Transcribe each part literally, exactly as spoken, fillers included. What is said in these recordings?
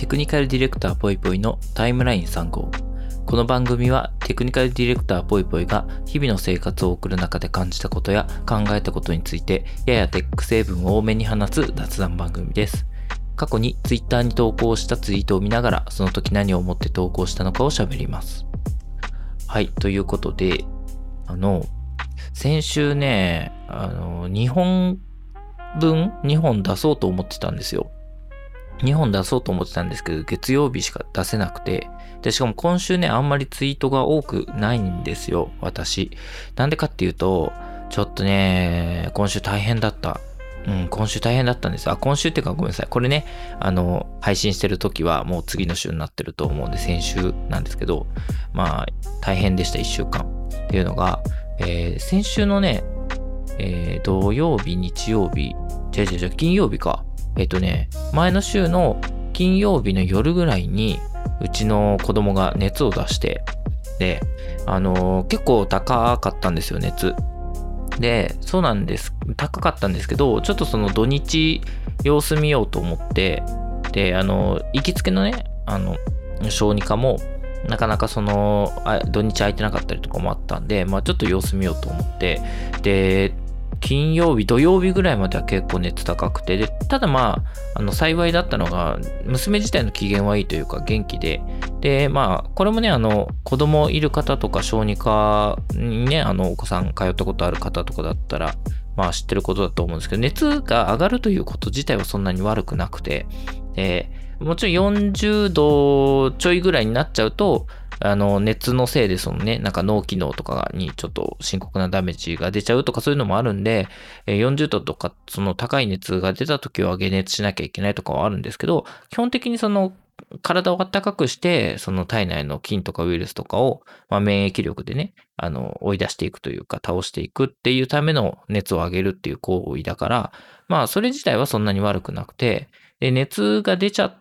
テクニカルディレクターぽいぽいのタイムラインさん号。この番組はテクニカルディレクターぽいぽいが日々の生活を送る中で感じたことや考えたことについてややテック成分を多めに話す雑談番組です。過去にツイッターに投稿したツイートを見ながらその時何を思って投稿したのかを喋ります。はい、ということで、あの、先週ね、あの、にほんぶんにほん出そうと思ってたんですよ。にほん出そうと思ってたんですけど、月曜日しか出せなくて、で、しかも今週ね、あんまりツイートが多くないんですよ、私。なんでかっていうと、ちょっとね、今週大変だった。うん、今週大変だったんです。あ、今週っていうかごめんなさい。これね、あの、配信してる時はもう次の週になってると思うんで、先週なんですけど、まあ、大変でした、いっしゅうかん。っていうのが、えー、先週のね、えー、土曜日、日曜日、違う違う違う、金曜日か。えっとね、前の週の金曜日の夜ぐらいに、うちの子供が熱を出して、で、あのー、結構高かったんですよ、熱。で、そうなんです。高かったんですけど、ちょっとその土日様子見ようと思って、で、あの、行きつけのね、あの、小児科も、なかなかその、土日空いてなかったりとかもあったんで、まあちょっと様子見ようと思って、で、金曜日、土曜日ぐらいまでは結構熱高くて、で、ただまあ、あの、幸いだったのが、娘自体の機嫌はいいというか元気で、で、まあ、これもね、あの、子供いる方とか小児科にね、あの、お子さん通ったことある方とかだったら、まあ知ってることだと思うんですけど、熱が上がるということ自体はそんなに悪くなくて、で、もちろんよんじゅうどちょいぐらいになっちゃうと、あの、熱のせいでそのね、なんか脳機能とかにちょっと深刻なダメージが出ちゃうとかそういうのもあるんで、よんじゅうどとかその高い熱が出た時は解熱しなきゃいけないとかはあるんですけど、基本的にその体を暖かくして、その体内の菌とかウイルスとかを、まあ、免疫力でね、あの、追い出していくというか、倒していくっていうための熱を上げるっていう行為だから、まあ、それ自体はそんなに悪くなくて、で、熱が出ちゃって、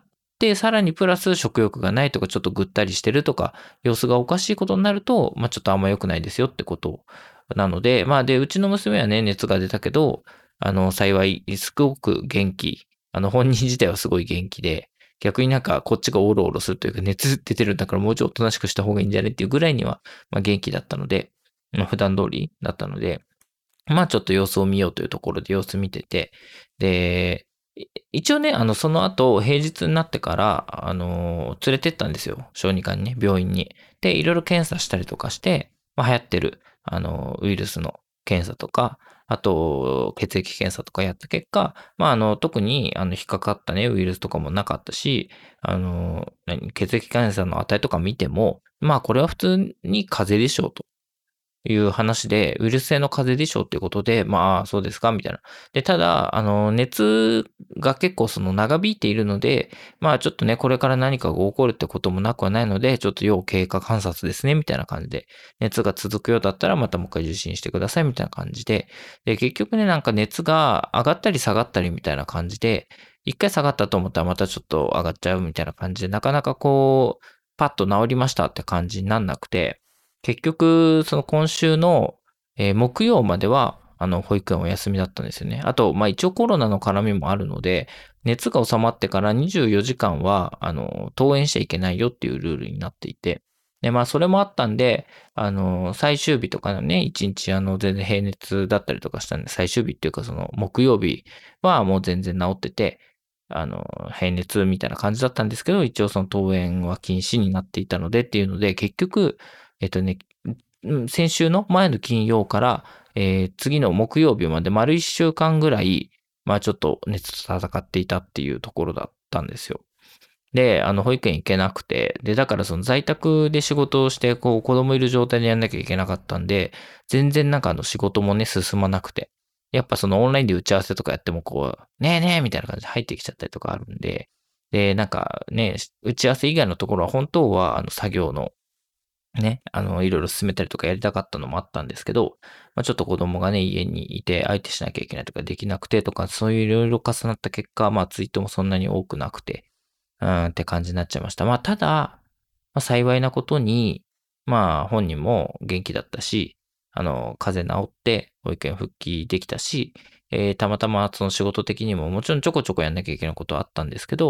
さらにプラス食欲がないとか、ちょっとぐったりしてるとか、様子がおかしいことになると、まあ、ちょっとあんま良くないですよってことなので、まあ、で、うちの娘はね、熱が出たけど、あの、幸い、すごく元気。あの、本人自体はすごい元気で、逆になんかこっちがオロオロするというか熱出てるんだからもうちょっとおとなしくした方がいいんじゃねっていうぐらいには、まあ、元気だったので、まあ、普段通りだったので、まあちょっと様子を見ようというところで様子見てて、で、一応ね、あの、その後、平日になってから、あの、連れてったんですよ。小児科にね、病院に。で、いろいろ検査したりとかして、まあ流行ってる、あの、ウイルスの検査とか、あと、血液検査とかやった結果、まあ、あの、特に、あの、引っかかったね、ウイルスとかもなかったし、あの、何血液検査の値とか見ても、まあ、これは普通に風邪でしょうと。いう話で、ウイルス性の風邪でしょうっていうことで、まあ、そうですかみたいな。で、ただ、あの、熱が結構その長引いているので、まあ、ちょっとね、これから何かが起こるってこともなくはないので、ちょっと要経過観察ですね、みたいな感じで、熱が続くようだったら、またもう一回受診してください、みたいな感じで、で、結局ね、なんか熱が上がったり下がったりみたいな感じで、一回下がったと思ったらまたちょっと上がっちゃうみたいな感じで、なかなかこう、パッと治りましたって感じになんなくて、結局、その今週の、えー、木曜までは、あの、保育園お休みだったんですよね。あと、まあ一応コロナの絡みもあるので、熱が収まってからにじゅうよじかんは、あの、登園しちゃいけないよっていうルールになっていて、で、まあそれもあったんで、あの、最終日とかのね、一日あの、全然平熱だったりとかしたんで、最終日っていうかその、木曜日はもう全然治ってて、あの、平熱みたいな感じだったんですけど、一応その登園は禁止になっていたのでっていうので、結局、えっとね、先週の前の金曜から、えー、次の木曜日まで丸一週間ぐらい、まあちょっと熱と戦っていたっていうところだったんですよ。で、あの、保育園行けなくて、で、だからその在宅で仕事をして、こう、子供いる状態でやんなきゃいけなかったんで、全然なんかあの仕事もね、進まなくて。やっぱそのオンラインで打ち合わせとかやってもこう、ねえねえみたいな感じで入ってきちゃったりとかあるんで、で、なんかね、打ち合わせ以外のところは本当はあの作業のね、あの、いろいろ進めたりとかやりたかったのもあったんですけど、まあ、ちょっと子供がね、家にいて相手しなきゃいけないとかできなくてとか、そういういろいろ重なった結果、まあ、ツイートもそんなに多くなくて、うんって感じになっちゃいました。まあ、ただ、まあ、幸いなことに、まあ、本人も元気だったし、あの、風邪治って保育園復帰できたし、えーたまたまその仕事的にももちろんちょこちょこやんなきゃいけないことはあったんですけど、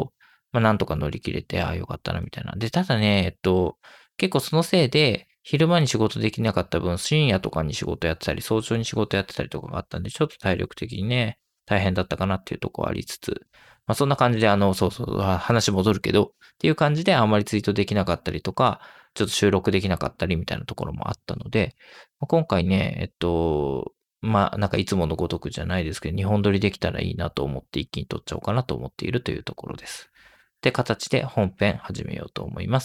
まあなんとか乗り切れて、ああよかったなみたいな。で、ただね、えっと、結構そのせいで、昼間に仕事できなかった分、深夜とかに仕事やってたり、早朝に仕事やってたりとかがあったんで、ちょっと体力的にね、大変だったかなっていうところはありつつ、まあそんな感じで、あの、そうそう、話戻るけど、っていう感じであんまりツイートできなかったりとか、ちょっと収録できなかったりみたいなところもあったので、今回ね、えっと、まあ、なんかいつものごとくじゃないですけど、にほん撮りできたらいいなと思って一気に撮っちゃおうかなと思っているというところです。って形で本編始めようと思います。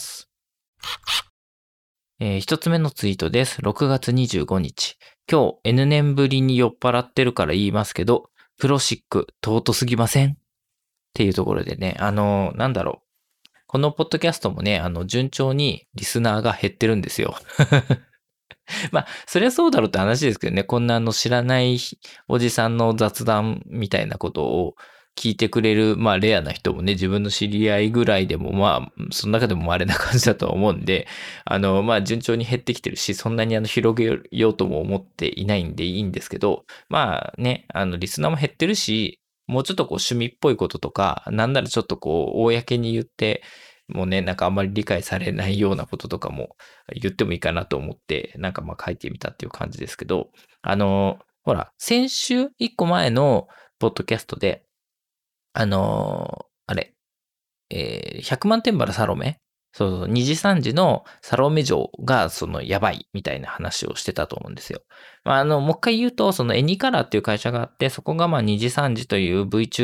えー、一つ目のツイートです。ろくがつにじゅうごにち。今日 N 年ぶりに酔っ払ってるから言いますけど、プロシック尊すぎませんっていうところでね、あのー、なんだろう。このポッドキャストもね、あの、順調にリスナーが減ってるんですよ。まあ、そりゃそうだろうって話ですけどね、こんなあの知らないおじさんの雑談みたいなことを聞いてくれる、まあレアな人もね、自分の知り合いぐらいでも、まあ、その中でも稀な感じだとは思うんで、あの、まあ順調に減ってきてるし、そんなにあの広げようとも思っていないんでいいんですけど、まあね、あのリスナーも減ってるし、もうちょっとこう趣味っぽいこととか、なんならちょっとこう、公に言って、もうね、なんかあんまり理解されないようなこととかも言ってもいいかなと思って、なんかまあ書いてみたっていう感じですけど、あの、ほら、先週いっこまえのポッドキャストで、あの、あれ、えー、ひゃくまん点原サロメそうそう、にじさんじのサロメ城がそのやばいみたいな話をしてたと思うんですよ。まあ、あの、もう一回言うと、そのエニカラーっていう会社があって、そこがまあにじさんじという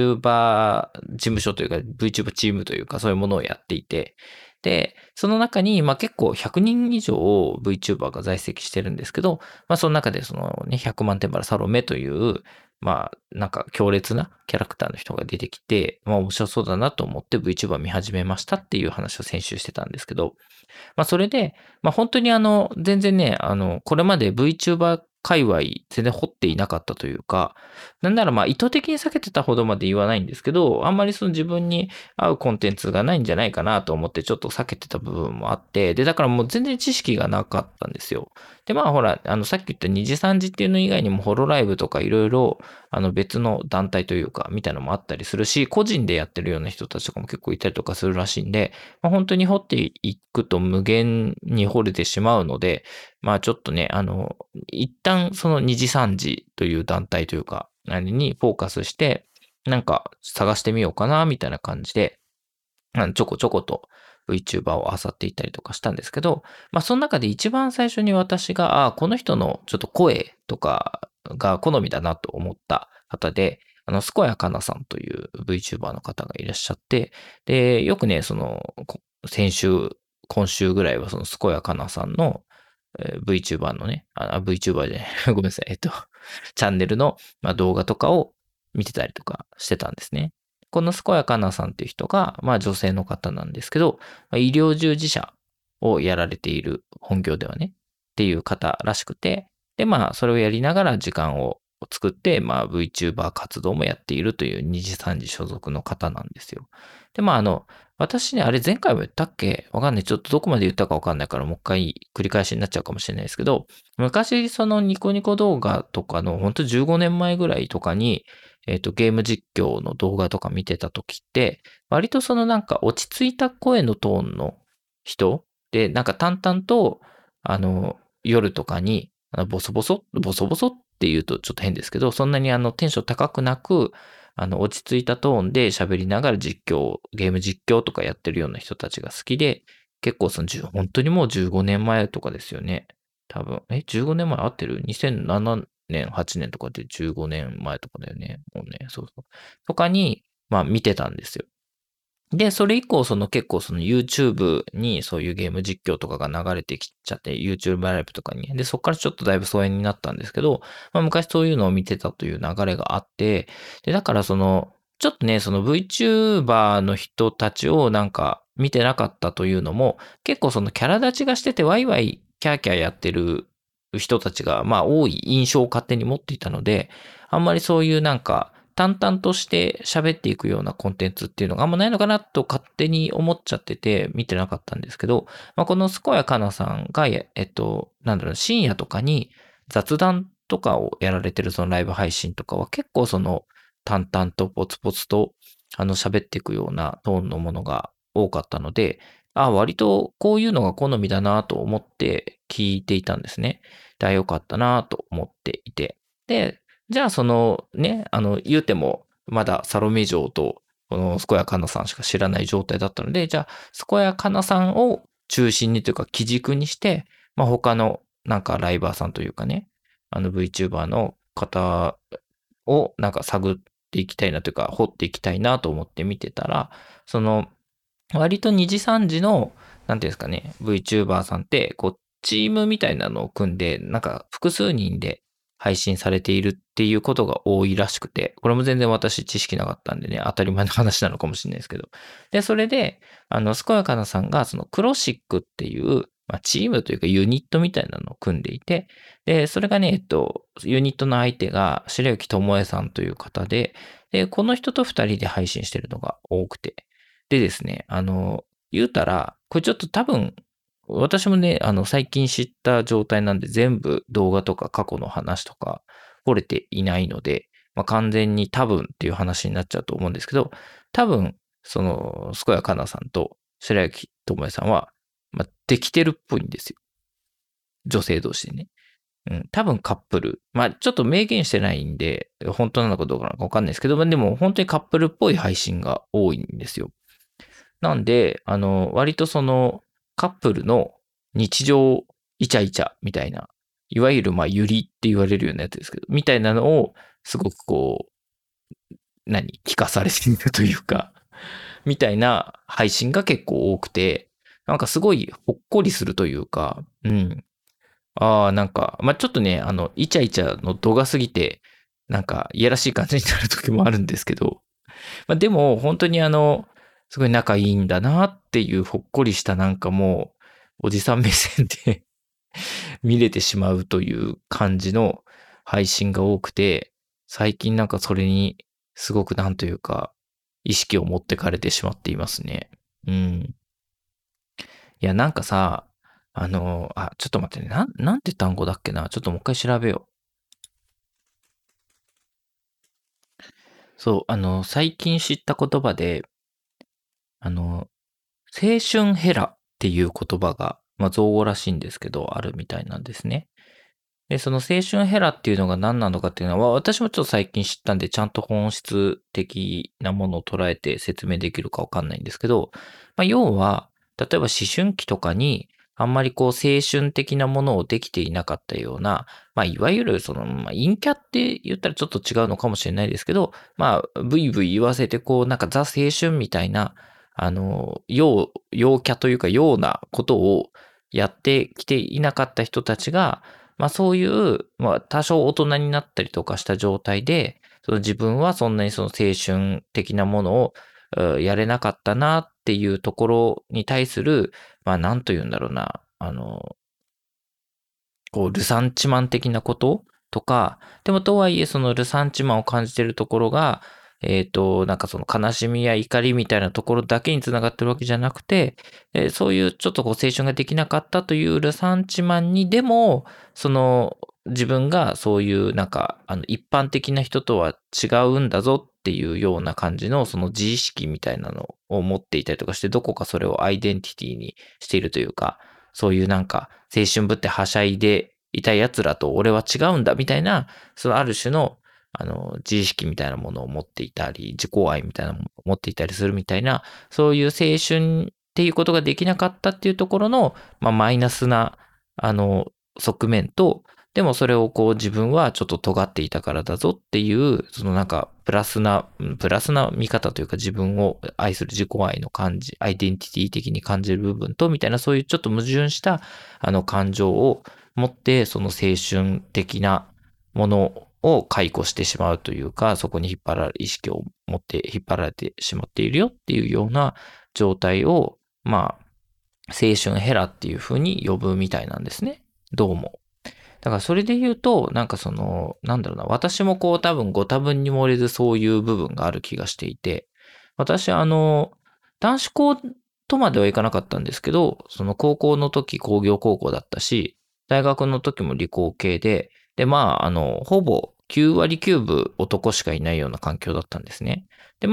VTuber 事務所というか VTuber チームというかそういうものをやっていて、で、その中に、まあ結構ひゃくにん以上 VTuber が在籍してるんですけど、まあその中でそのね、ひゃくまん点原サロメという、まあ、なんか強烈なキャラクターの人が出てきて、まあ面白そうだなと思って VTuber 見始めましたっていう話を先週してたんですけど、まあそれで、まあ本当にあの、全然ね、あの、これまで VTuber 界隈全然掘っていなかったというか、なんならまあ意図的に避けてたほどまで言わないんですけど、あんまりその自分に合うコンテンツがないんじゃないかなと思ってちょっと避けてた部分もあって、で、だからもう全然知識がなかったんですよ。で、まあほら、あのさっき言ったにじさんじっていうの以外にもホロライブとかいろいろあの別の団体というか、みたいなのもあったりするし、個人でやってるような人たちとかも結構いたりとかするらしいんで、まあ、本当に掘っていくと無限に掘れてしまうので、まあちょっとね、あの、一旦そのにじさんじという団体というか、あれにフォーカスして、なんか探してみようかな、みたいな感じで、ちょこちょこと VTuber を漁っていったりとかしたんですけど、まあその中で一番最初に私が、あこの人のちょっと声とかが好みだなと思った方で、あの、健やかなさんという VTuber の方がいらっしゃって、で、よくね、その、先週、今週ぐらいはその健やかなさんの、えー VTuber のね、あ、VTuber じゃない、ごめんなさい、えっと、チャンネルの、まあ、動画とかを見てたりとかしてたんですね。この健やかなさんっていう人が、まあ女性の方なんですけど、まあ医療従事者をやられている本業ではね、っていう方らしくて、で、まあそれをやりながら時間を作って、まあ VTuber 活動もやっているというにじさんじ所属の方なんですよ。で、まああの、私ね、あれ前回も言ったっけわかんない。ちょっとどこまで言ったかわかんないからもう一回繰り返しになっちゃうかもしれないですけど、昔そのニコニコ動画とかのほんとじゅうごねんまえぐらいとかに、えっと、ゲーム実況の動画とか見てた時って、割とそのなんか落ち着いた声のトーンの人で、なんか淡々と、あの、夜とかに、ボソボソ、ボソボソって言うとちょっと変ですけど、そんなにあのテンション高くなく、あの、落ち着いたトーンで喋りながら実況、ゲーム実況とかやってるような人たちが好きで、結構その、本当にもうじゅうごねんまえとかですよね。多分。え、じゅうごねんまえ合ってる ?にせんなな 年、はちねんとかでじゅうごねんまえとかだよね。もうね、そうそう。とかに、まあ見てたんですよ。で、それ以降、その結構その YouTube にそういうゲーム実況とかが流れてきちゃって、YouTube ライブとかに。で、そこからちょっとだいぶ疎遠になったんですけど、まあ昔そういうのを見てたという流れがあって、で、だからその、ちょっとね、その VTuber の人たちをなんか見てなかったというのも、結構そのキャラ立ちがしててワイワイキャーキャーやってる人たちがまあ多い印象を勝手に持っていたので、あんまりそういうなんか、淡々として喋っていくようなコンテンツっていうのがあんまないのかなと勝手に思っちゃってて見てなかったんですけど、まあ、この健やかなさんが、えっと、なんだろう、深夜とかに雑談とかをやられてるそのライブ配信とかは結構その淡々とポツポツとあの、喋っていくようなトーンのものが多かったので、あ、割とこういうのが好みだなと思って聞いていたんですね。で、良かったなと思っていて。で、じゃあそのね、あの、言うても、まだサロメ嬢と、この健やかなさんしか知らない状態だったので、じゃあ、健やかなさんを中心にというか基軸にして、まあ他のなんかライバーさんというかね、あの VTuber の方をなんか探っていきたいなというか、掘っていきたいなと思って見てたら、その、割とにじさんじの、なんていうんですかね、VTuber さんって、こう、チームみたいなのを組んで、なんか複数人で配信されているっていうことが多いらしくて、これも全然私知識なかったんでね、当たり前の話なのかもしれないですけど。で、それで、あの、健やかなさんが、そのクロシックっていう、まあ、チームというかユニットみたいなのを組んでいて、で、それがね、えっと、ユニットの相手が白雪智恵さんという方で、で、この人と二人で配信してるのが多くて、でですね、あの、言うたら、これちょっと多分、私もね、あの、最近知った状態なんで、全部動画とか過去の話とか、掘れていないので、まあ、完全に多分っていう話になっちゃうと思うんですけど、多分、その、健やかなさんと白雪智恵さんは、まあ、できてるっぽいんですよ。女性同士でね。うん、多分カップル。まあ、ちょっと明言してないんで、本当なのかどうかなのかわかんないですけど、でも本当にカップルっぽい配信が多いんですよ。なんで、あの、割とそのカップルの日常イチャイチャみたいな、いわゆるまあユリって言われるようなやつですけど、みたいなのをすごくこう、何、聞かされているというか、みたいな配信が結構多くて、なんかすごいほっこりするというか、うん。ああ、なんか、まあ、ちょっとね、あの、イチャイチャの度が過ぎて、なんか、いやらしい感じになる時もあるんですけど、まあ、でも、本当にあの、すごい仲いいんだなっていうほっこりしたなんかもう、おじさん目線で見れてしまうという感じの配信が多くて、最近なんかそれにすごくなんというか、意識を持ってかれてしまっていますね。うん。いや、なんかさ、あの、あ、ちょっと待ってね。なん、なんて単語だっけな。ちょっともう一回調べよう。そう、あの、最近知った言葉で、あの、青春ヘラっていう言葉が、まあ、造語らしいんですけど、あるみたいなんですね。で、その青春ヘラっていうのが何なのかっていうのは、私もちょっと最近知ったんで、ちゃんと本質的なものを捉えて説明できるかわかんないんですけど、まあ、要は、例えば思春期とかに、あんまりこう青春的なものをできていなかったような、まあ、いわゆるその、まあ、陰キャって言ったらちょっと違うのかもしれないですけど、まあ、ブイブイ言わせて、こう、なんかザ青春みたいな、あの、陽、陽キャというか、ようなことをやってきていなかった人たちが、まあそういう、まあ多少大人になったりとかした状態で、その自分はそんなにその青春的なものをうんやれなかったなっていうところに対する、まあなんと言うんだろうな、あの、こう、ルサンチマン的なこととか、でもとはいえそのルサンチマンを感じているところが、えっと、なんかその悲しみや怒りみたいなところだけにつながってるわけじゃなくて、えーそういうちょっとこう青春ができなかったというルサンチマンにでも、その自分がそういうなんかあの一般的な人とは違うんだぞっていうような感じのその自意識みたいなのを持っていたりとかして、どこかそれをアイデンティティにしているというか、そういうなんか青春ぶってはしゃいでいた奴らと俺は違うんだみたいな、そのある種のあの自意識みたいなものを持っていたり、自己愛みたいなものを持っていたりするみたいな、そういう青春っていうことができなかったっていうところの、まあ、マイナスな、あの、側面と、でもそれをこう自分はちょっと尖っていたからだぞっていう、そのなんかプラスな、プラスな見方というか自分を愛する自己愛の感じ、アイデンティティ的に感じる部分と、みたいなそういうちょっと矛盾したあの感情を持って、その青春的なものを解雇してしまうというか、そこに引っ張られ、意識を持って引っ張られてしまっているよっていうような状態を、まあ、青春ヘラっていう風に呼ぶみたいなんですね。どうも。だからそれで言うと、なんかその、なんだろうな、私もこう多分ご多分に漏れずそういう部分がある気がしていて、私あの、男子校とまではいかなかったんですけど、その高校の時工業高校だったし、大学の時も理工系で、で、まあ、あの、ほぼきゅう割きゅうぶ男しかいないような環境だったんですね。で、まあ、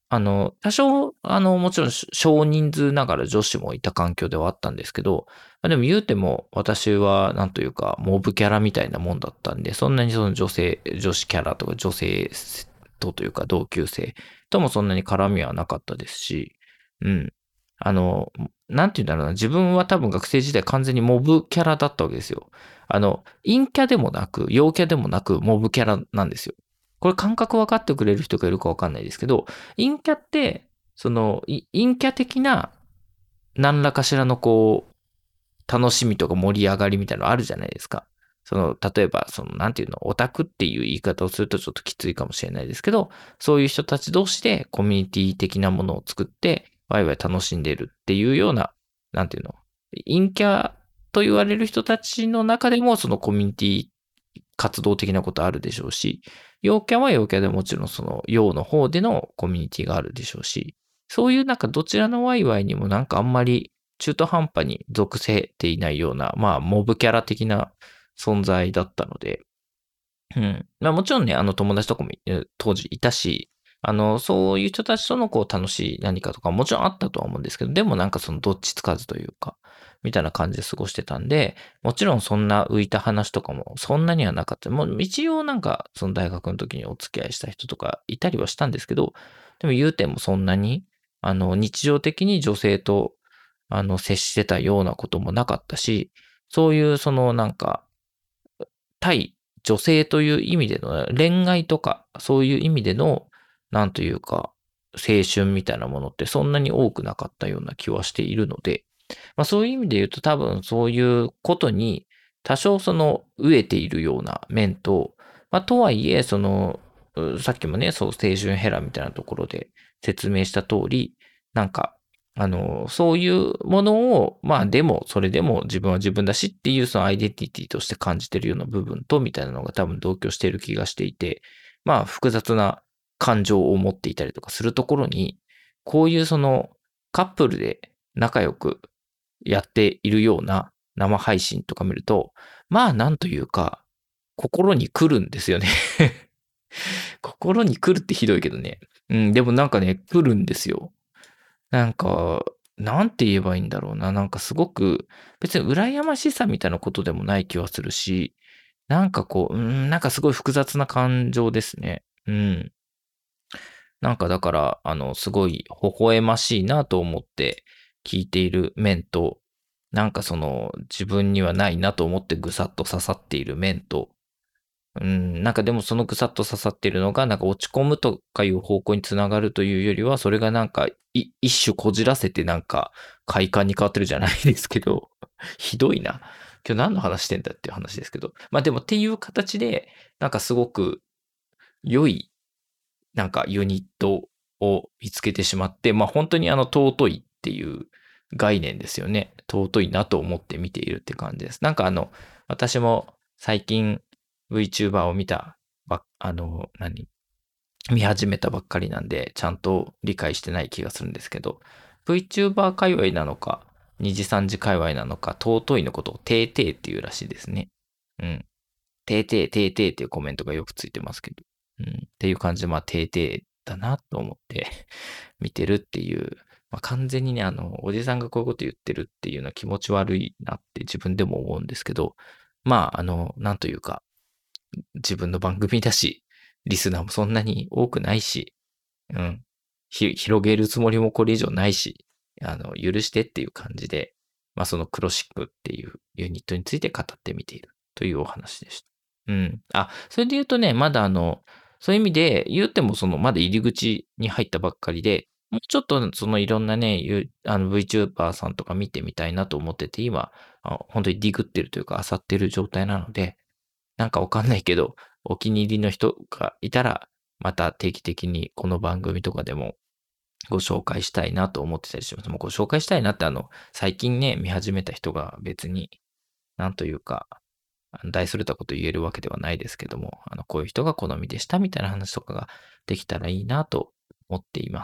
あの、多少、あの、もちろん少人数ながら女子もいた環境ではあったんですけど、まあ、でも言うても私はなんというかモブキャラみたいなもんだったんで、そんなにその女性、女子キャラとか女性とというか同級生ともそんなに絡みはなかったですし、うん。あの、なんて言うんだろうな、自分は多分学生時代完全にモブキャラだったわけですよ。あの、陰キャでもなく、陽キャでもなく、モブキャラなんですよ。これ感覚分かってくれる人がいるか分かんないですけど、陰キャって、その、陰キャ的な何らかしらのこう、楽しみとか盛り上がりみたいなのあるじゃないですか。その、例えば、その、なんていうの、オタクっていう言い方をするとちょっときついかもしれないですけど、そういう人たち同士でコミュニティ的なものを作って、ワイワイ楽しんでるっていうような、なんていうの、陰キャと言われる人たちの中でも、そのコミュニティ活動的なことあるでしょうし、陽キャは陽キャでもちろんその陽の方でのコミュニティがあるでしょうし、そういうなんかどちらのワイワイにもなんかあんまり中途半端に属せていないような、まあモブキャラ的な存在だったので、うん。まあもちろんね、あの友達とかも当時いたし、あの、そういう人たちとのこう楽しい何かとかもちろんあったとは思うんですけど、でもなんかそのどっちつかずというか、みたいな感じで過ごしてたんで、もちろんそんな浮いた話とかもそんなにはなかった。もう一応なんかその大学の時にお付き合いした人とかいたりはしたんですけど、でも言うてもそんなに、あの、日常的に女性と、あの、接してたようなこともなかったし、そういうそのなんか、対女性という意味での恋愛とか、そういう意味での、なんというか、青春みたいなものってそんなに多くなかったような気はしているので、まあそういう意味で言うと多分そういうことに多少その飢えているような面と、まあとはいえ、その、さっきもね、そう青春ヘラみたいなところで説明した通り、なんかあの、そういうものを、まあでも、それでも自分は自分だしっていうそのアイデンティティとして感じてるような部分と、みたいなのが多分同居している気がしていて、まあ複雑な感情を持っていたりとかするところに、こういうそのカップルで仲良くやっているような生配信とか見ると、まあなんというか、心に来るんですよね。心に来るってひどいけどね。うん、でもなんかね、来るんですよ。なんか、なんて言えばいいんだろうな。なんかすごく、別に羨ましさみたいなことでもない気はするし、なんかこう、うん、なんかすごい複雑な感情ですね。うん。なんかだから、あの、すごい微笑ましいなと思って聞いている面と、なんかその自分にはないなと思ってぐさっと刺さっている面と、うん、なんかでもそのぐさっと刺さっているのが、なんか落ち込むとかいう方向につながるというよりは、それがなんかい一種こじらせてなんか快感に変わってるじゃないですけど、ひどいな。今日何の話してんだっていう話ですけど。まあでもっていう形で、なんかすごく良い、なんかユニットを見つけてしまって、まあ本当にあの尊いっていう概念ですよね。尊いなと思って見ているって感じです。なんかあの、私も最近 VTuber を見たば、あの、何見始めたばっかりなんで、ちゃんと理解してない気がするんですけど、VTuber 界隈なのか、にじさんじ界隈なのか、尊いのことをてーてーっていうらしいですね。うん。てーてー、てーてーっていうコメントがよくついてますけど。うん。っていう感じで、まあ、てーてーだなと思って見てるっていう。まあ、完全にね、あの、おじさんがこういうこと言ってるっていうのは気持ち悪いなって自分でも思うんですけど、まあ、あの、なんというか、自分の番組だし、リスナーもそんなに多くないし、うん。ひ、広げるつもりもこれ以上ないし、あの、許してっていう感じで、まあそのクロシックっていうユニットについて語ってみているというお話でした。うん。あ、それで言うとね、まだあの、そういう意味で言ってもその、まだ入り口に入ったばっかりで、もうちょっとそのいろんなね、ゆあの VTuber さんとか見てみたいなと思ってて、今、あ本当にディグってるというか、漁ってる状態なので、なんかわかんないけど、お気に入りの人がいたら、また定期的にこの番組とかでもご紹介したいなと思ってたりします。もうご紹介したいなってあの、最近ね、見始めた人が別に、なんというか、大それたこと言えるわけではないですけども、あの、こういう人が好みでしたみたいな話とかができたらいいなと思っています。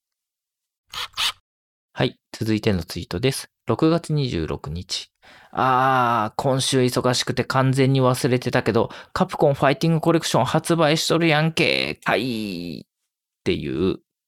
はい、続いてのツイートです。ろくがつにじゅうろくにち。あー、今週忙しくて完全に忘れてたけど、カプコンファイティングコレクション発売しとるやんけ、かいっていう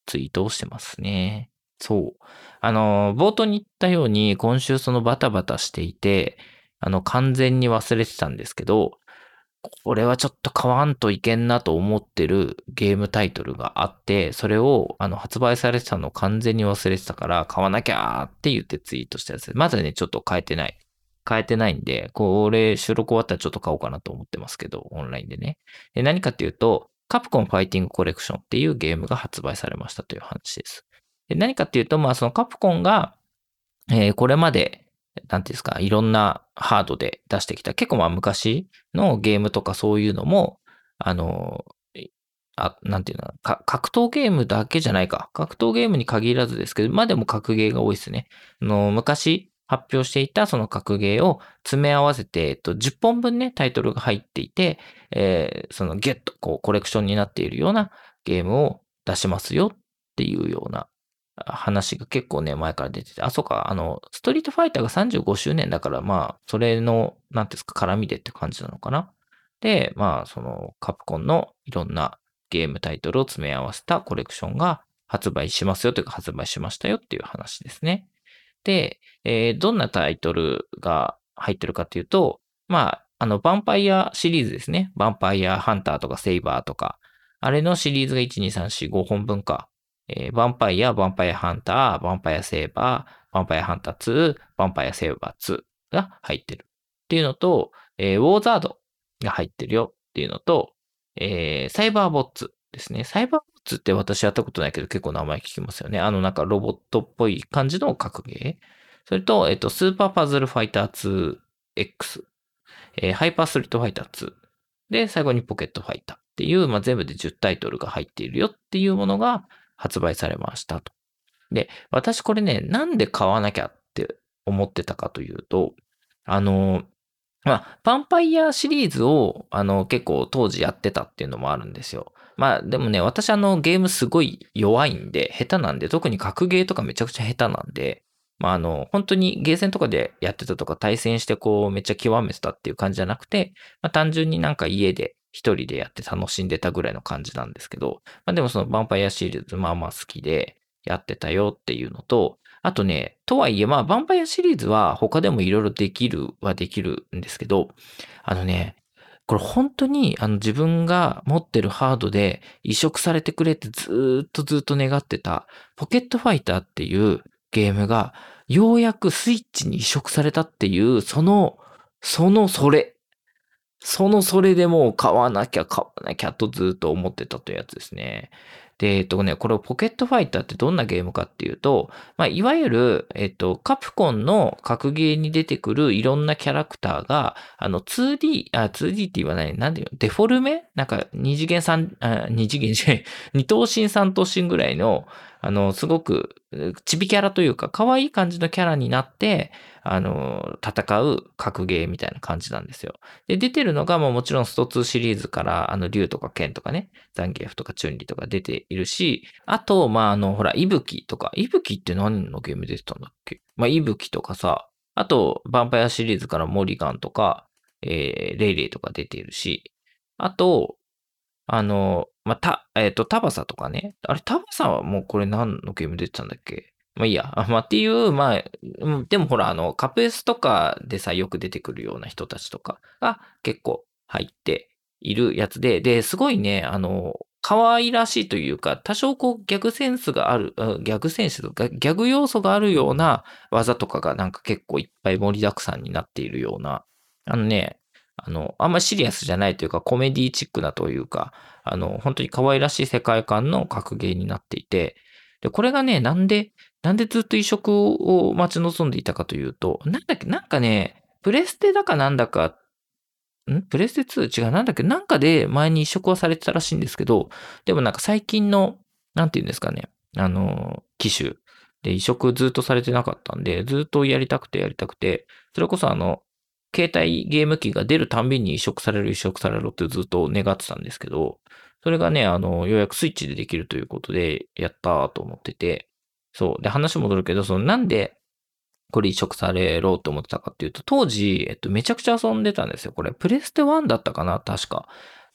ツイートをしてますね。そう。あの、冒頭に言ったように、今週そのバタバタしていて、あの、完全に忘れてたんですけど、これはちょっと買わんといけんなと思ってるゲームタイトルがあって、それをあの発売されてたのを完全に忘れてたから買わなきゃーって言ってツイートしたやつ。まだね、ちょっと変えてない。変えてないんで、これ収録終わったらちょっと買おうかなと思ってますけど、オンラインでね。で何かっていうと、カプコンファイティングコレクションっていうゲームが発売されましたという話です。で何かっていうと、まあそのカプコンが、えー、これまでなんていうんですか、いろんなハードで出してきた、結構まあ昔のゲームとかそういうのも、あの、あ、なんていうのか、格闘ゲームだけじゃないか。格闘ゲームに限らずですけど、まあでも格ゲーが多いですね。あの、昔発表していたその格ゲーを詰め合わせて、えっと、じゅっぽんぶんね、タイトルが入っていて、えー、そのゲット、こう、コレクションになっているようなゲームを出しますよっていうような話が結構ね、前から出てて、あ、そうか、あの、ストリートファイターがさんじゅうごしゅうねんだから、まあ、それの、なんていうんですか、絡みでって感じなのかな。で、まあ、その、カプコンのいろんなゲームタイトルを詰め合わせたコレクションが発売しますよというか、発売しましたよっていう話ですね。で、えーどんなタイトルが入ってるかっていうと、まあ、あの、ヴァンパイアシリーズですね。ヴァンパイアハンターとかセイバーとか、あれのシリーズがいち、に、さん、よん、ごほんぶんか。えー、ヴァンパイア、ヴァンパイアハンター、ヴァンパイアセーバー、ヴァンパイアハンターツー、ヴァンパイアセーバーツーが入ってるっていうのと、えー、ウォーザードが入ってるよっていうのと、えー、サイバーボッツですね。サイバーボッツって私やったことないけど結構名前聞きますよね。あのなんかロボットっぽい感じの格ゲー。それと、えっと、スーパーパズルファイター ツーエックス、えー、ハイパーストリートファイターツー。で、最後にポケットファイターっていう、まあ、全部でじゅうタイトルが入っているよっていうものが発売されましたと。で、私これね、なんで買わなきゃって思ってたかというと、あの、まあ、ヴァンパイアシリーズを、あの、結構当時やってたっていうのもあるんですよ。まあ、でもね、私あの、ゲームすごい弱いんで、下手なんで、特に格ゲーとかめちゃくちゃ下手なんで、まあ、あの、本当にゲーセンとかでやってたとか対戦してこう、めっちゃ極めてたっていう感じじゃなくて、まあ、単純になんか家で一人でやって楽しんでたぐらいの感じなんですけど、まあ、でもそのヴァンパイアシリーズまあまあ好きでやってたよっていうのと、あとね、とはいえ、まあ、ヴァンパイアシリーズは他でもいろいろできるはできるんですけど、あのね、これ本当にあの自分が持ってるハードで移植されてくれってずーっとずっと願ってたポケットファイターっていうゲームがようやくスイッチに移植されたっていう、その、そのそれ。そのそれでもう買わなきゃ買わなきゃとずっと思ってたというやつですね。で、えっとね、これポケットファイターってどんなゲームかっていうと、まあ、いわゆる、えっと、カプコンの格ゲーに出てくるいろんなキャラクターが、あの、ツーディー、あ、ツーディー って言わない、なんていうの、デフォルメなんか、二次元三、あ、二次元じゃない、二等身三等身ぐらいの、あの、すごく、ちびキャラというか、可愛い感じのキャラになって、あの、戦う格ゲーみたいな感じなんですよ。で、出てるのが、もうもちろんストツーシリーズから、あの、竜とか剣とかね、ザンギエフとかチュンリとか出ているし、あと、まあ、あの、ほら、イブキとか、イブキって何のゲーム出てたんだっけ？まあ、イブキとかさ、あと、ヴァンパイアシリーズからモリガンとか、えー、レイレイとか出ているし、あと、あの、まあ、た、えっと、タバサとかね。あれ、タバサはもうこれ何のゲーム出てたんだっけ？まあいいや。あまあ、っていう、まあ、うんでもほら、あの、カプエスとかでさ、よく出てくるような人たちとかが結構入っているやつで、で、すごいね、あの、可愛らしいというか、多少こう、ギャグセンスがある、あギャグセンスとか、ギャグ要素があるような技とかがなんか結構いっぱい盛りだくさんになっているような、あのね、あの、あんまシリアスじゃないというか、コメディチックなというか、あの、本当に可愛らしい世界観の格ゲーになっていて、で、これがね、なんで、なんでずっと移植を待ち望んでいたかというと、なんだっけ、なんかね、プレステだかなんだか、んプレステツー違う、なんだっけ、なんかで前に移植はされてたらしいんですけど、でもなんか最近の、なんて言うんですかね、あの、機種で移植ずっとされてなかったんで、ずっとやりたくてやりたくて、それこそあの、携帯ゲーム機が出るたんびに移植される移植されるってずっと願ってたんですけど、それがね、あの、ようやくスイッチでできるということで、やったーと思ってて、そう。で、話戻るけど、その、なんで、これ移植されろうと思ってたかっていうと、当時、えっと、めちゃくちゃ遊んでたんですよ。これ、プレステワンだったかな確か。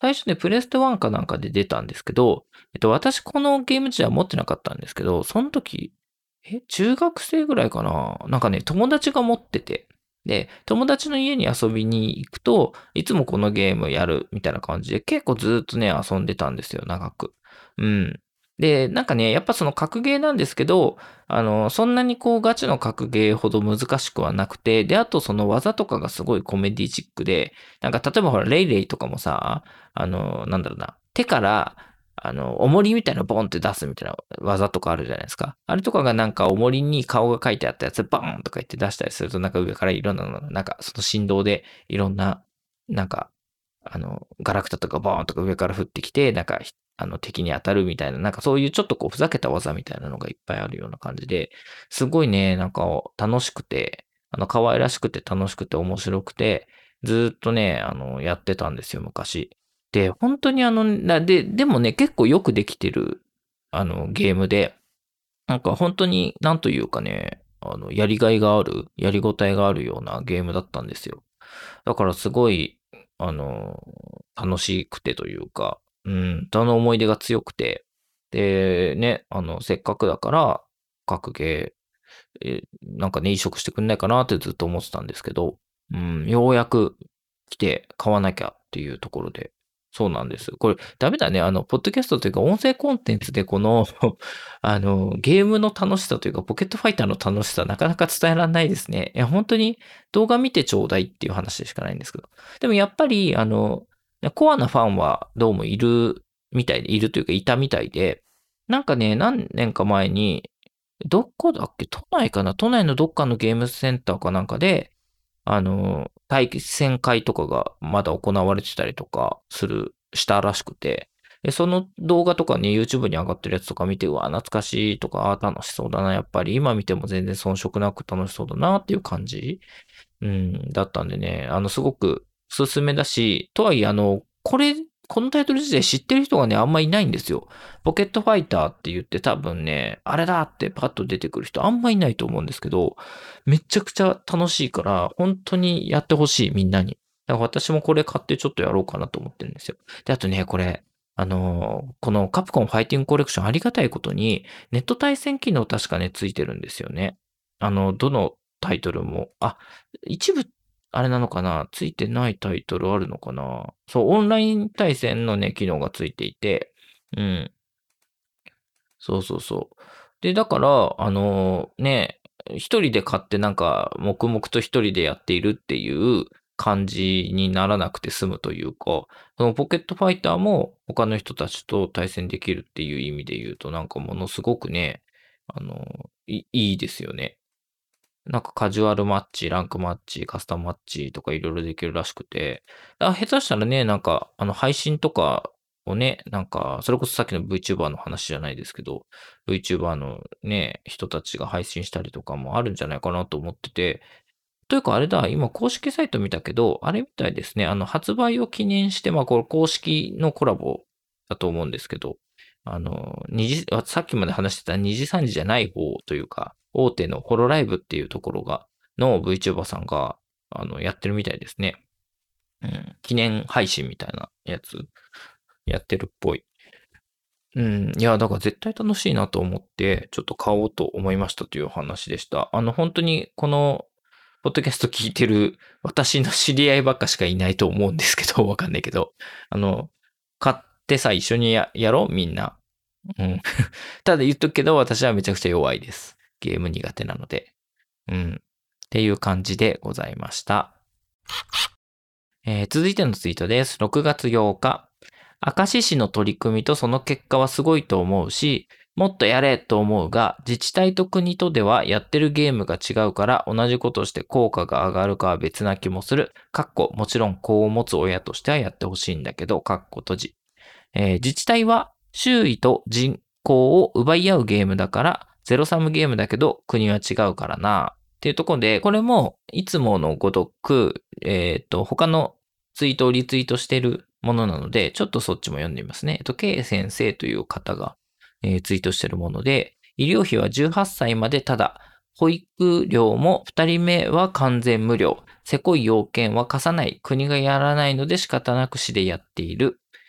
最初ね、プレステワンかなんかで出たんですけど、えっと、私このゲーム自体は持ってなかったんですけど、その時、え、中学生ぐらいかななんかね、友達が持ってて、で、友達の家に遊びに行くと、いつもこのゲームやるみたいな感じで、結構ずーっとね、遊んでたんですよ、長く。うん。で、なんかね、やっぱその格ゲーなんですけど、あの、そんなにこうガチの格ゲーほど難しくはなくて、で、あとその技とかがすごいコメディチックで、なんか例えばほら、レイレイとかもさ、あの、なんだろうな、手から、あの、重りみたいなのボンって出すみたいな技とかあるじゃないですか。あれとかがなんか重りに顔が書いてあったやつ、バーンとか言って出したりすると、なんか上からいろんなの、なんかその振動でいろんな、なんか、あの、ガラクタとかボーンとか上から降ってきて、なんか、あの、敵に当たるみたいな、なんかそういうちょっとこう、ふざけた技みたいなのがいっぱいあるような感じで、すごいね、なんか楽しくて、あの、可愛らしくて楽しくて面白くて、ずーっとね、あの、やってたんですよ、昔。で、本当にあの、なで、でもね、結構よくできてる、あの、ゲームで、なんか本当に、なんというかね、あの、やりがいがある、やりごたえがあるようなゲームだったんですよ。だからすごい、あの、楽しくてというか、うん、その思い出が強くて、で、ね、あの、せっかくだから、格ゲー、えなんかね、移植してくんないかなってずっと思ってたんですけど、うん、ようやく来て買わなきゃっていうところで、そうなんです。これ、ダメだね。あの、ポッドキャストというか、音声コンテンツでこのあの、ゲームの楽しさというか、ポケットファイターの楽しさ、なかなか伝えられないですね。いや、本当に動画見てちょうだいっていう話でしかないんですけど。でもやっぱり、あの、コアなファンはどうもいるみたいで、いるというか、いたみたいで、なんかね、何年か前に、どこだっけ都内かな都内のどっかのゲームセンターかなんかで、あの、対戦会とかがまだ行われてたりとかする、したらしくて、で、その動画とかね、YouTube に上がってるやつとか見て、うわ、懐かしいとか、あー楽しそうだな、やっぱり今見ても全然遜色なく楽しそうだなっていう感じ、うん、だったんでね、あの、すごくおすすめだし、とはいえ、あの、これ、このタイトル自体知ってる人がね、あんまいないんですよ。ポケットファイターって言って多分ね、あれだってパッと出てくる人あんまいないと思うんですけど、めちゃくちゃ楽しいから、本当にやってほしい、みんなに。だから私もこれ買ってちょっとやろうかなと思ってるんですよ。で、あとね、これ、あのーこのカプコンファイティングコレクションありがたいことに、ネット対戦機能確かね、ついてるんですよね。あの、どのタイトルも。あ、一部、あれなのかなついてないタイトルあるのかなそう、オンライン対戦のね、機能がついていて、うん。そうそうそう。で、だから、あのね、一人で買ってなんか、黙々と一人でやっているっていう感じにならなくて済むというか、そのポケットファイターも他の人たちと対戦できるっていう意味で言うと、なんかものすごくね、あのいいいですよね。なんかカジュアルマッチ、ランクマッチ、カスタムマッチとかいろいろできるらしくて、あ、下手したらね、なんか、あの、配信とかをね、なんか、それこそさっきの VTuber の話じゃないですけど、VTuber のね、人たちが配信したりとかもあるんじゃないかなと思ってて、というかあれだ、今公式サイト見たけど、あれみたいですね、あの、発売を記念して、まあ、これ公式のコラボだと思うんですけど、あの、二次、あさっきまで話してた二次三次じゃない方というか、大手のホロライブっていうところが、の VTuber さんが、あの、やってるみたいですね。うん。記念配信みたいなやつ、やってるっぽい。うん。いや、だから絶対楽しいなと思って、ちょっと買おうと思いましたというお話でした。あの、本当に、この、ポッドキャスト聞いてる私の知り合いばっかしかいないと思うんですけど、わかんないけど。あの、買ってさ、一緒にや、やろうみんな。うん。ただ言っとくけど、私はめちゃくちゃ弱いです。ゲーム苦手なので。うん。っていう感じでございました。えー続いてのツイートです。ろくがつようか。明石市の取り組みとその結果はすごいと思うし、もっとやれと思うが、自治体と国とではやってるゲームが違うから同じことして効果が上がるかは別な気もする。かっこもちろん子を持つ親としてはやってほしいんだけど、かっこ閉じ。えー自治体は周囲と人口を奪い合うゲームだから、ゼロサムゲームだけど国は違うからな。っていうところで、これもいつものごとく、えっと、他のツイートをリツイートしているものなので、ちょっとそっちも読んでみますね。えっと、K 先生という方が、えーツイートしているもので、医療費はじゅうはっさいまでただ、保育料もふたりめは完全無料。せこい要件は課さない。国がやらないので仕方なく市でやっている。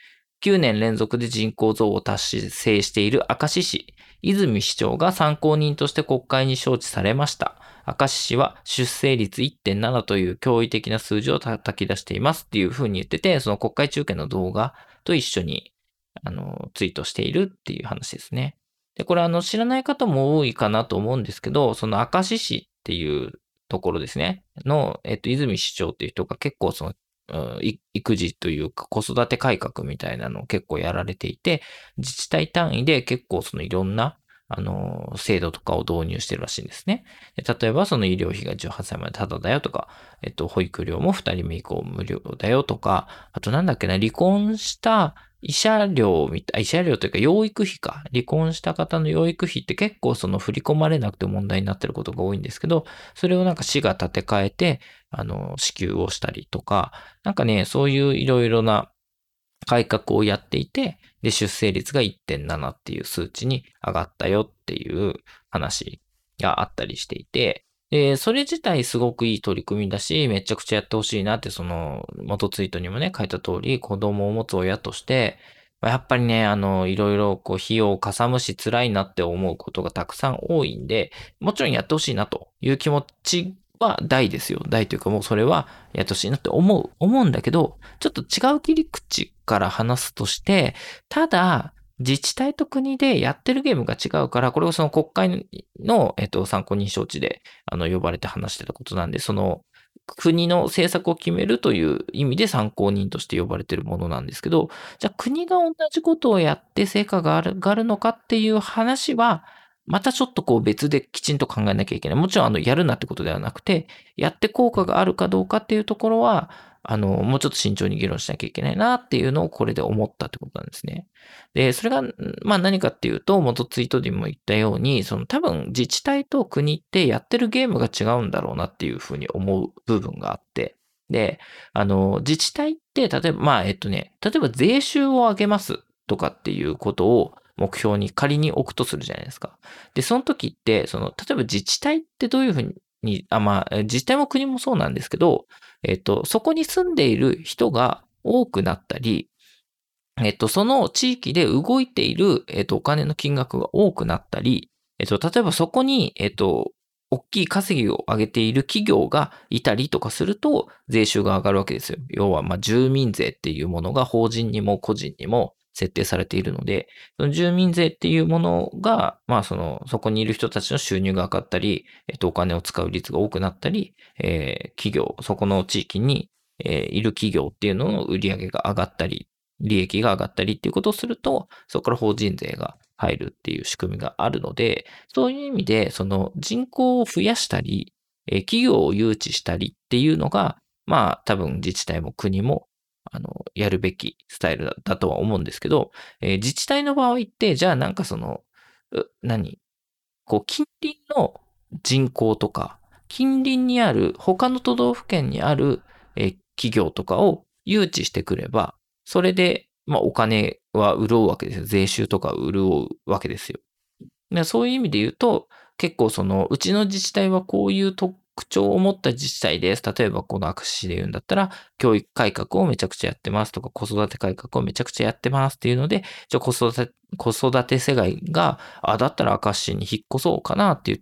きゅうねん連続で人口増を達成している明石市、泉市長が参考人として国会に招致されました。明石市は出生率 いってんなな という驚異的な数字を叩き出していますっていうふうに言ってて、その国会中継の動画と一緒にあのツイートしているっていう話ですね。で、これあの知らない方も多いかなと思うんですけど、その明石市っていうところですね、の、えっと、泉市長っていう人が結構その、うん、育児というか子育て改革みたいなのを結構やられていて、自治体単位で結構そのいろんなあの、制度とかを導入してるらしいんですね。で例えば、その医療費がじゅうはっさいまでタダだよとか、えっと、保育料もふたりめ以降無料だよとか、あとなんだっけな、離婚した慰謝料みたい、慰謝料というか養育費か。離婚した方の養育費って結構その振り込まれなくて問題になってることが多いんですけど、それをなんか市が立て替えて、あの、支給をしたりとか、なんかね、そういういろいろな改革をやっていて、で、出生率が いってんなな っていう数値に上がったよっていう話があったりしていて、で、それ自体すごくいい取り組みだし、めちゃくちゃやってほしいなって、その元ツイートにもね、書いた通り、子供を持つ親として、やっぱりね、あの、いろいろこう費用をかさむし辛いなって思うことがたくさん多いんで、もちろんやってほしいなという気持ちは大ですよ。大というかもうそれはやってほしいなって思う、思うんだけど、ちょっと違う切り口から話すとして、ただ、自治体と国でやってるゲームが違うから、これはその国会の、えっと、参考人招致で、あの、呼ばれて話してたことなんで、その、国の政策を決めるという意味で参考人として呼ばれているものなんですけど、じゃあ国が同じことをやって成果がある、があるのかっていう話は、またちょっとこう別できちんと考えなきゃいけない。もちろんあの、やるなってことではなくて、やって効果があるかどうかっていうところは、あの、もうちょっと慎重に議論しなきゃいけないなっていうのをこれで思ったってことなんですね。で、それが、まあ何かっていうと、元ツイートでも言ったように、その多分自治体と国ってやってるゲームが違うんだろうなっていうふうに思う部分があって、で、あの、自治体って、例えば、まあ、えっとね、例えば税収を上げますとかっていうことを目標に仮に置くとするじゃないですか。で、その時って、その、例えば自治体ってどういうふうに、あ、まあ、自治体も国もそうなんですけど、えっと、そこに住んでいる人が多くなったり、えっと、その地域で動いている、えっと、お金の金額が多くなったり、えっと、例えばそこに、えっと、大きい稼ぎを上げている企業がいたりとかすると、税収が上がるわけですよ。要は、まあ、住民税っていうものが法人にも個人にも設定されているので、その住民税っていうものが、まあ、その、そこにいる人たちの収入が上がったり、えっと、お金を使う率が多くなったり、えー、企業、そこの地域に、えー、いる企業っていうのの売り上げが上がったり、利益が上がったりっていうことをすると、そこから法人税が入るっていう仕組みがあるので、そういう意味で、その人口を増やしたり、えー企業を誘致したりっていうのが、まあ多分自治体も国も、あの、やるべきスタイルだだとは思うんですけど、えー自治体の場合って、じゃあなんかその、う何こう、近隣の人口とか、近隣にある、他の都道府県にある、えー企業とかを誘致してくれば、それで、まあ、お金は潤うわけですよ。税収とか潤うわけですよ。でそういう意味で言うと、結構その、うちの自治体はこういう特徴を持った自治体です。例えばこの明石市で言うんだったら、教育改革をめちゃくちゃやってますとか、子育て改革をめちゃくちゃやってますっていうので、じゃあ子育て、子育て世代が、あ、だったら明石市に引っ越そうかなって言って、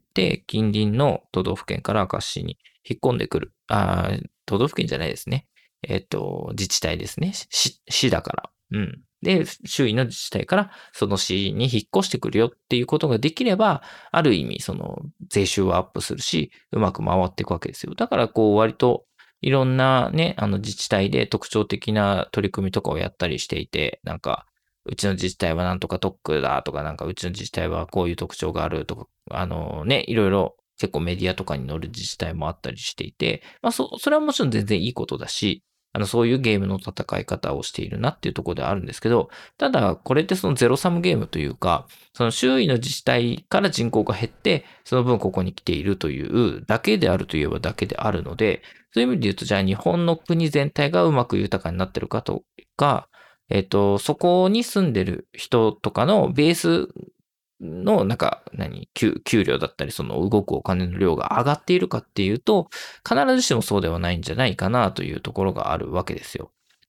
近隣の都道府県から明石市に引っ込んでくる。あ、都道府県じゃないですね。えっと、自治体ですね。市、市だから。うん。で、周囲の自治体からその市に引っ越してくるよっていうことができれば、ある意味、その税収はアップするし、うまく回っていくわけですよ。だからこう割といろんなね、あの自治体で特徴的な取り組みとかをやったりしていて、なんか、うちの自治体はなんとか特区だとか、なんかうちの自治体はこういう特徴があるとか、あのね、いろいろ結構メディアとかに載る自治体もあったりしていて、まあそ、それはもちろん全然いいことだし、あの、そういうゲームの戦い方をしているなっていうところではあるんですけど、ただ、これってそのゼロサムゲームというか、その周囲の自治体から人口が減って、その分ここに来ているというだけであるといえばだけであるので、そういう意味で言うと、じゃあ日本の国全体がうまく豊かになってるかとか、えっと、そこに住んでる人とかのベースの、なんか、何、給、給料だったり、その動くお金の量が上がっているかっていうと、必ずしもそうではないんじゃないかなというところがあるわけですよ。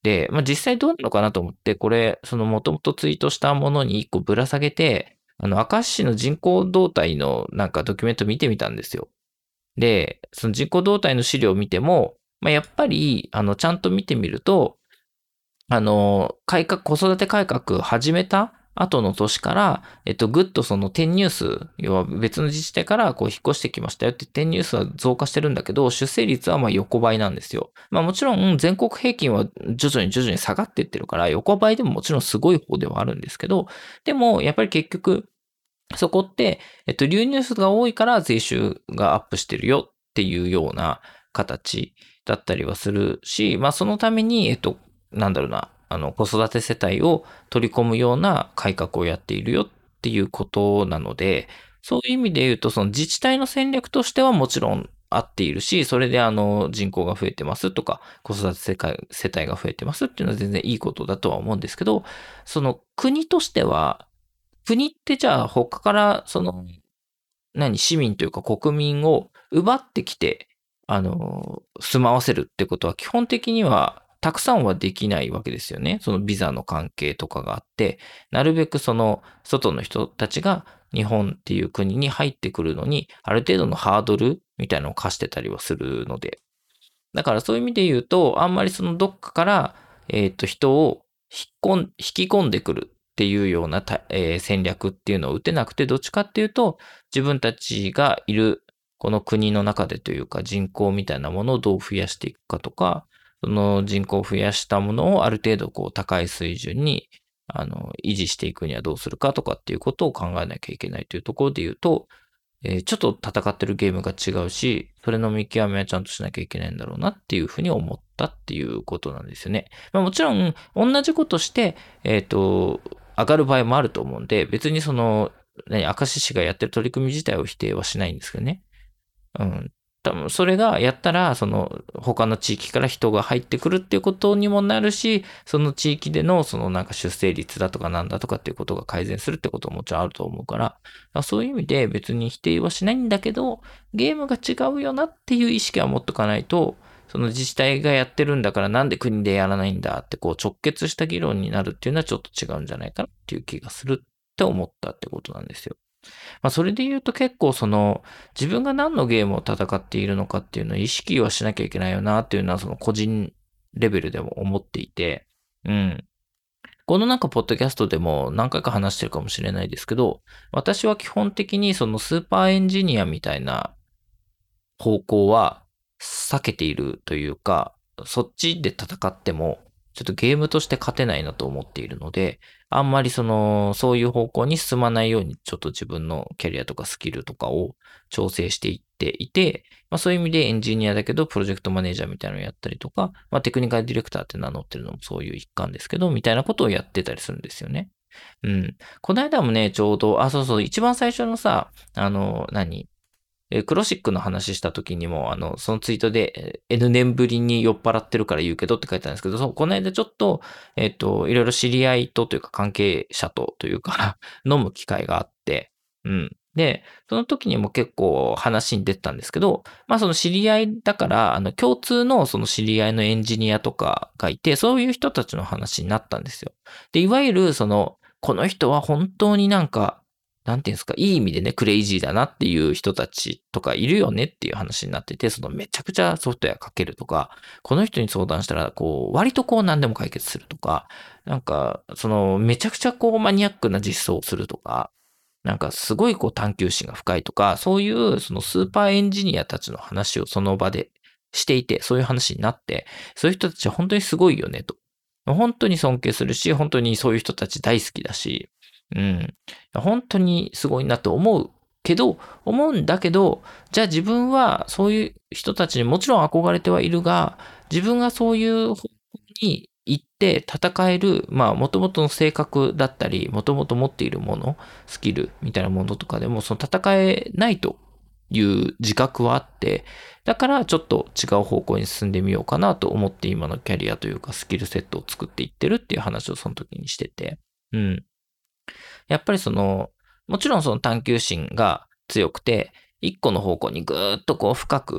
で、まあ、実際どうなのかなと思って、これ、その元々ツイートしたものに一個ぶら下げて、あの、明石市の人口動態のなんかドキュメント見てみたんですよ。で、その人口動態の資料を見ても、まあ、やっぱり、あの、ちゃんと見てみると、あの、改革、子育て改革始めた後の年から、えっと、ぐっとその転入数、要は別の自治体からこう引っ越してきましたよって転入数は増加してるんだけど、出生率はまあ横ばいなんですよ。まあもちろん全国平均は徐々に徐々に下がっていってるから、横ばいでももちろんすごい方ではあるんですけど、でもやっぱり結局、そこって、えっと、流入数が多いから税収がアップしてるよっていうような形だったりはするし、まあそのために、えっと、なんだろうな、あの、子育て世帯を取り込むような改革をやっているよっていうことなので、そういう意味で言うと、その自治体の戦略としてはもちろん合っているし、それであの人口が増えてますとか、子育て世帯世帯が増えてますっていうのは全然いいことだとは思うんですけど、その国としては、国ってじゃあ他からその、何、市民というか国民を奪ってきて、あの、住まわせるってことは基本的にはたくさんはできないわけですよね。そのビザの関係とかがあって、なるべくその外の人たちが日本っていう国に入ってくるのに、ある程度のハードルみたいなのを課してたりはするので。だからそういう意味で言うと、あんまりそのどっかから、えっと、人を引っ込ん引き込んでくるっていうようなた、えー戦略っていうのを打てなくて、どっちかっていうと、自分たちがいるこの国の中でというか人口みたいなものをどう増やしていくかとか、その人口を増やしたものをある程度こう高い水準にあの維持していくにはどうするかとかっていうことを考えなきゃいけないというところで言うと、えーちょっと戦ってるゲームが違うし、それの見極めはちゃんとしなきゃいけないんだろうなっていうふうに思ったっていうことなんですよね。まあもちろん、同じことして、えっと、上がる場合もあると思うんで、別にその、何、明石市がやってる取り組み自体を否定はしないんですけどね。うん。多分それがやったら、その他の地域から人が入ってくるっていうことにもなるし、その地域でのそのなんか出生率だとかなんだとかっていうことが改善するってことももちろんあると思うから、からそういう意味で別に否定はしないんだけど、ゲームが違うよなっていう意識は持っとかないと、その自治体がやってるんだからなんで国でやらないんだってこう直結した議論になるっていうのはちょっと違うんじゃないかなっていう気がするって思ったってことなんですよ。まあ、それで言うと結構その、自分が何のゲームを戦っているのかっていうのを意識はしなきゃいけないよなっていうのはその個人レベルでも思っていて、うん。このなんかポッドキャストでも何回か話してるかもしれないですけど、私は基本的にそのスーパーエンジニアみたいな方向は避けているというか、そっちで戦っても、ちょっとゲームとして勝てないなと思っているので、あんまりその、そういう方向に進まないように、ちょっと自分のキャリアとかスキルとかを調整していっていて、まあそういう意味でエンジニアだけど、プロジェクトマネージャーみたいなのをやったりとか、まあテクニカルディレクターって名乗ってるのもそういう一環ですけど、みたいなことをやってたりするんですよね。うん。この間もね、ちょうど、あ、そうそう、一番最初のさ、あの、何えークロシックの話した時にも、あの、そのツイートで、えー N 年ぶりに酔っ払ってるから言うけどって書いてあるんですけど、そう、この間ちょっと、えっと、いろいろ知り合いとというか関係者とというか飲む機会があって、うん。で、その時にも結構話に出てたんですけど、まあその知り合いだから、あの共通のその知り合いのエンジニアとかがいて、そういう人たちの話になったんですよ。で、いわゆるその、この人は本当になんか、なんていうんですか、いい意味でね、クレイジーだなっていう人たちとかいるよねっていう話になってて、そのめちゃくちゃソフトウェアかけるとか、この人に相談したら、こう、割とこう何でも解決するとか、なんか、そのめちゃくちゃこうマニアックな実装をするとか、なんかすごいこう探求心が深いとか、そういうそのスーパーエンジニアたちの話をその場でしていて、そういう話になって、そういう人たちは本当にすごいよねと。本当に尊敬するし、本当にそういう人たち大好きだし、うん。本当にすごいなと思うけど、思うんだけど、じゃあ自分はそういう人たちにもちろん憧れてはいるが、自分がそういう方向に行って戦える、まあ元々の性格だったり、元々持っているもの、スキルみたいなものとかでも、その戦えないという自覚はあって、だからちょっと違う方向に進んでみようかなと思って今のキャリアというかスキルセットを作っていってるっていう話をその時にしてて、うん。やっぱりその、もちろんその探求心が強くて、一個の方向にぐーっとこう深く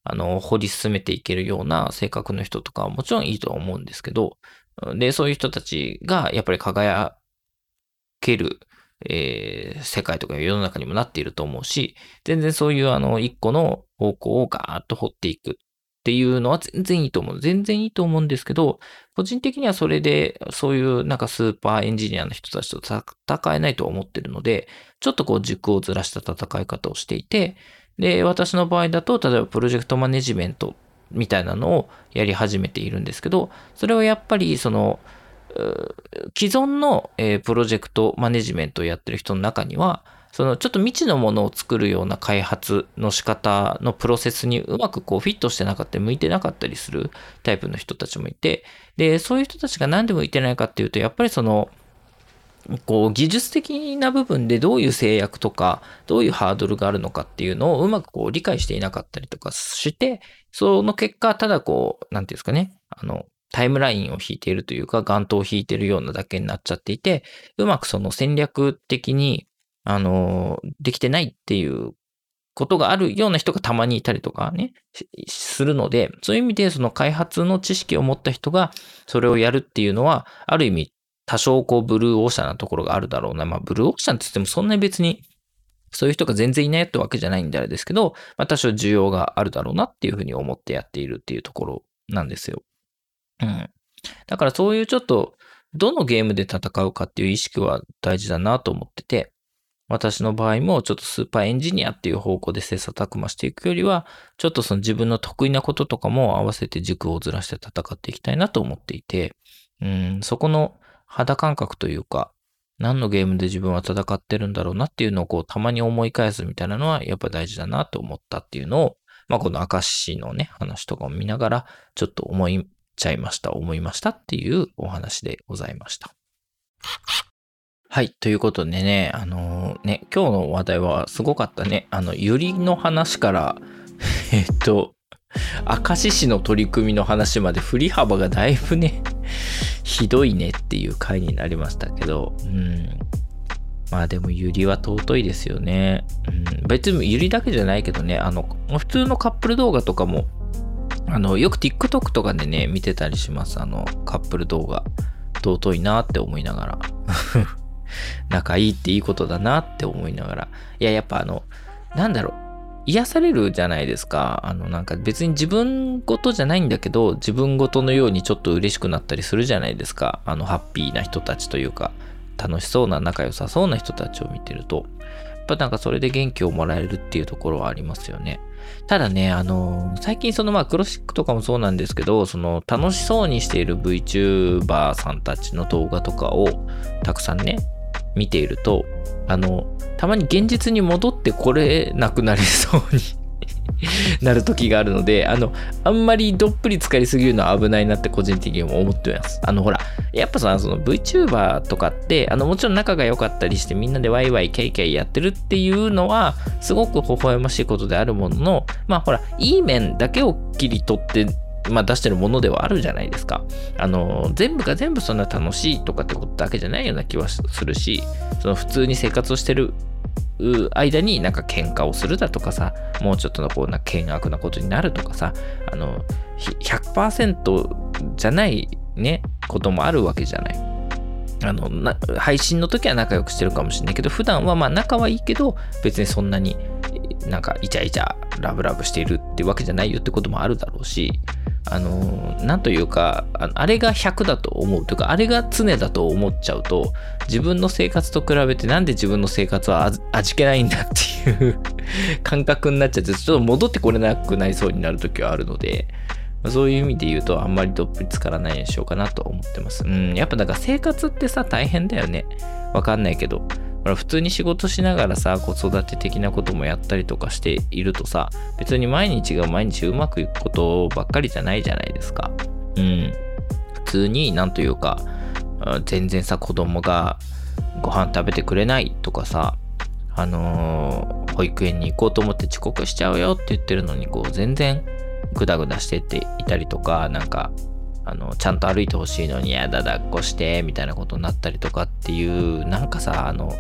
あの、掘り進めていけるような性格の人とかはもちろんいいとは思うんですけど、で、そういう人たちがやっぱり輝ける、えー世界とか世の中にもなっていると思うし、全然そういうあの、一個の方向をガーッと掘っていくっていうのは全然いいと思う。全然いいと思うんですけど、個人的にはそれで、そういうなんかスーパーエンジニアの人たちと戦えないと思ってるので、ちょっとこう軸をずらした戦い方をしていて、で、私の場合だと、例えばプロジェクトマネジメントみたいなのをやり始めているんですけど、それはやっぱりその、既存の、えー、プロジェクトマネジメントをやってる人の中には、そのちょっと未知のものを作るような開発の仕方のプロセスにうまくこうフィットしてなかったり向いてなかったりするタイプの人たちもいて、で、そういう人たちが何で向いてないかっていうと、やっぱりその、こう技術的な部分でどういう制約とか、どういうハードルがあるのかっていうのをうまくこう理解していなかったりとかして、その結果、ただこう、なんていうんですかね、あの、タイムラインを引いているというか、眼頭を引いているようなだけになっちゃっていて、うまくその戦略的に、あの、できてないっていうことがあるような人がたまにいたりとかね、するので、そういう意味でその開発の知識を持った人がそれをやるっていうのは、ある意味多少こうブルーオーシャンなところがあるだろうな。まあブルーオーシャンって言ってもそんなに別にそういう人が全然いないってわけじゃないんであれですけど、まあ多少需要があるだろうなっていうふうに思ってやっているっていうところなんですよ。うん。だからそういうちょっと、どのゲームで戦うかっていう意識は大事だなと思ってて、私の場合もちょっとスーパーエンジニアっていう方向で切磋琢磨していくよりは、ちょっとその自分の得意なこととかも合わせて軸をずらして戦っていきたいなと思っていて、うん、そこの肌感覚というか、何のゲームで自分は戦ってるんだろうなっていうのをこうたまに思い返すみたいなのはやっぱ大事だなと思ったっていうのを、まあこの明石のね、話とかを見ながらちょっと思いちゃいました、思いましたっていうお話でございました。はい。ということでね、あのー、ね、今日の話題はすごかったね。あの、ゆりの話から、えっと、明石市の取り組みの話まで振り幅がだいぶね、ひどいねっていう回になりましたけど、うん。まあでもゆりは尊いですよね。うん、別にゆりだけじゃないけどね、あの、普通のカップル動画とかも、あの、よく TikTok とかでね、見てたりします。あの、カップル動画。尊いなって思いながら。仲いいっていいことだなって思いながら。いや、やっぱあの、なんだろう。癒されるじゃないですか。あの、なんか別に自分ごとじゃないんだけど、自分ごとのようにちょっと嬉しくなったりするじゃないですか。あの、ハッピーな人たちというか、楽しそうな仲良さそうな人たちを見てると、やっぱなんかそれで元気をもらえるっていうところはありますよね。ただね、あの、最近そのまあクロシックとかもそうなんですけど、その楽しそうにしている VTuber さんたちの動画とかをたくさんね、見ていると、あの、たまに現実に戻ってこれなくなりそうになる時があるので、あの、あんまりどっぷり浸かりすぎるのは危ないなって個人的にも思ってます。あの、ほら、やっぱさ、その VTuber とかって、あの、もちろん仲が良かったりしてみんなでワイワイキャイキャイやってるっていうのは、すごく微笑ましいことであるものの、まあほら、いい面だけを切り取って、まあ出してるものではあるじゃないですか。あの、全部が全部そんな楽しいとかってことだけじゃないような気はするし、その普通に生活をしてる間になんか喧嘩をするだとかさ、もうちょっとのこうな険悪なことになるとかさ、あの ひゃくパーセント じゃないねこともあるわけじゃない。あのな配信の時は仲良くしてるかもしれないけど、普段はまあ仲はいいけど別にそんなになんかイチャイチャラブラブしているってわけじゃないよってこともあるだろうし、あのなんというか、ああれがひゃくだと思うというか、あれが常だと思っちゃうと、自分の生活と比べてなんで自分の生活は味気ないんだっていう感覚になっちゃって、ちょっと戻ってこれなくなりそうになる時はあるので、そういう意味で言うとあんまりどっぷりつからないようにしようかなと思ってます。うん、やっぱだから生活ってさ大変だよね。わかんないけど。普通に仕事しながらさ、子育て的なこともやったりとかしているとさ、別に毎日が毎日うまくいくことばっかりじゃないじゃないですか。うん。普通になんというか、全然さ、子供がご飯食べてくれないとかさ、あのー、保育園に行こうと思って遅刻しちゃうよって言ってるのに、こう全然グダグダしてっていたりとか、なんか、あのちゃんと歩いてほしいのにやだ抱っこしてみたいなことになったりとかっていう、なんかさ、あの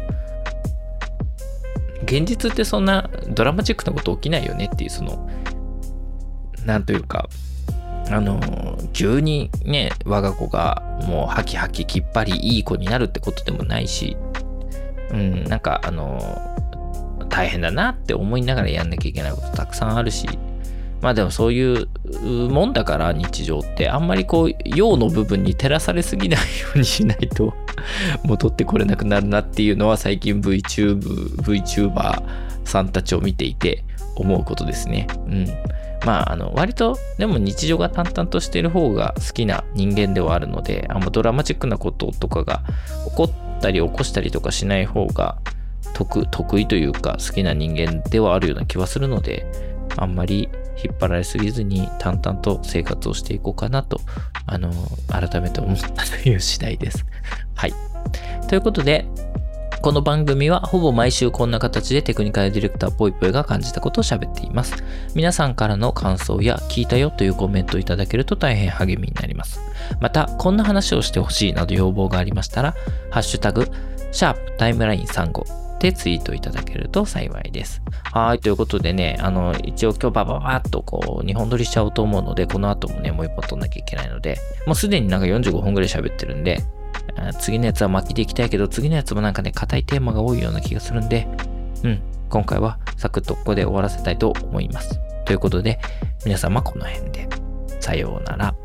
現実ってそんなドラマチックなこと起きないよねっていう、そのなんというか、あのー、急にね、我が子がもうハキハキきっぱりいい子になるってことでもないし、うん、なんかあのー、大変だなって思いながらやんなきゃいけないことたくさんあるし、まあでもそういうもんだから日常ってあんまりこう陽の部分に照らされすぎないようにしないと戻ってこれなくなるなっていうのは最近 VTube、VTuber さんたちを見ていて思うことですね。うん。まああの割とでも日常が淡々としている方が好きな人間ではあるので、あんまドラマチックなこととかが起こったり起こしたりとかしない方が得、得意というか好きな人間ではあるような気はするので、あんまり引っ張られすぎずに淡々と生活をしていこうかなと、あの改めて思ったという次第です。はい。ということで、この番組はほぼ毎週こんな形でテクニカルディレクターぽいぽいが感じたことを喋っています。皆さんからの感想や聞いたよというコメントをいただけると大変励みになります。また、こんな話をしてほしいなど要望がありましたら、ハッシュタグ、シャープタイムラインさんじゅうごでツイートいただけると幸いです。はい、ということでね、あの、一応今日バババッとこう、にほん撮りしちゃおうと思うので、この後もね、もう一本撮んなきゃいけないので、もうすでになんかよんじゅうごふんぐらい喋ってるんで、次のやつは巻きでいきたいけど、次のやつもなんかね、硬いテーマが多いような気がするんで、うん、今回はサクッとここで終わらせたいと思います。ということで、皆様この辺で、さようなら。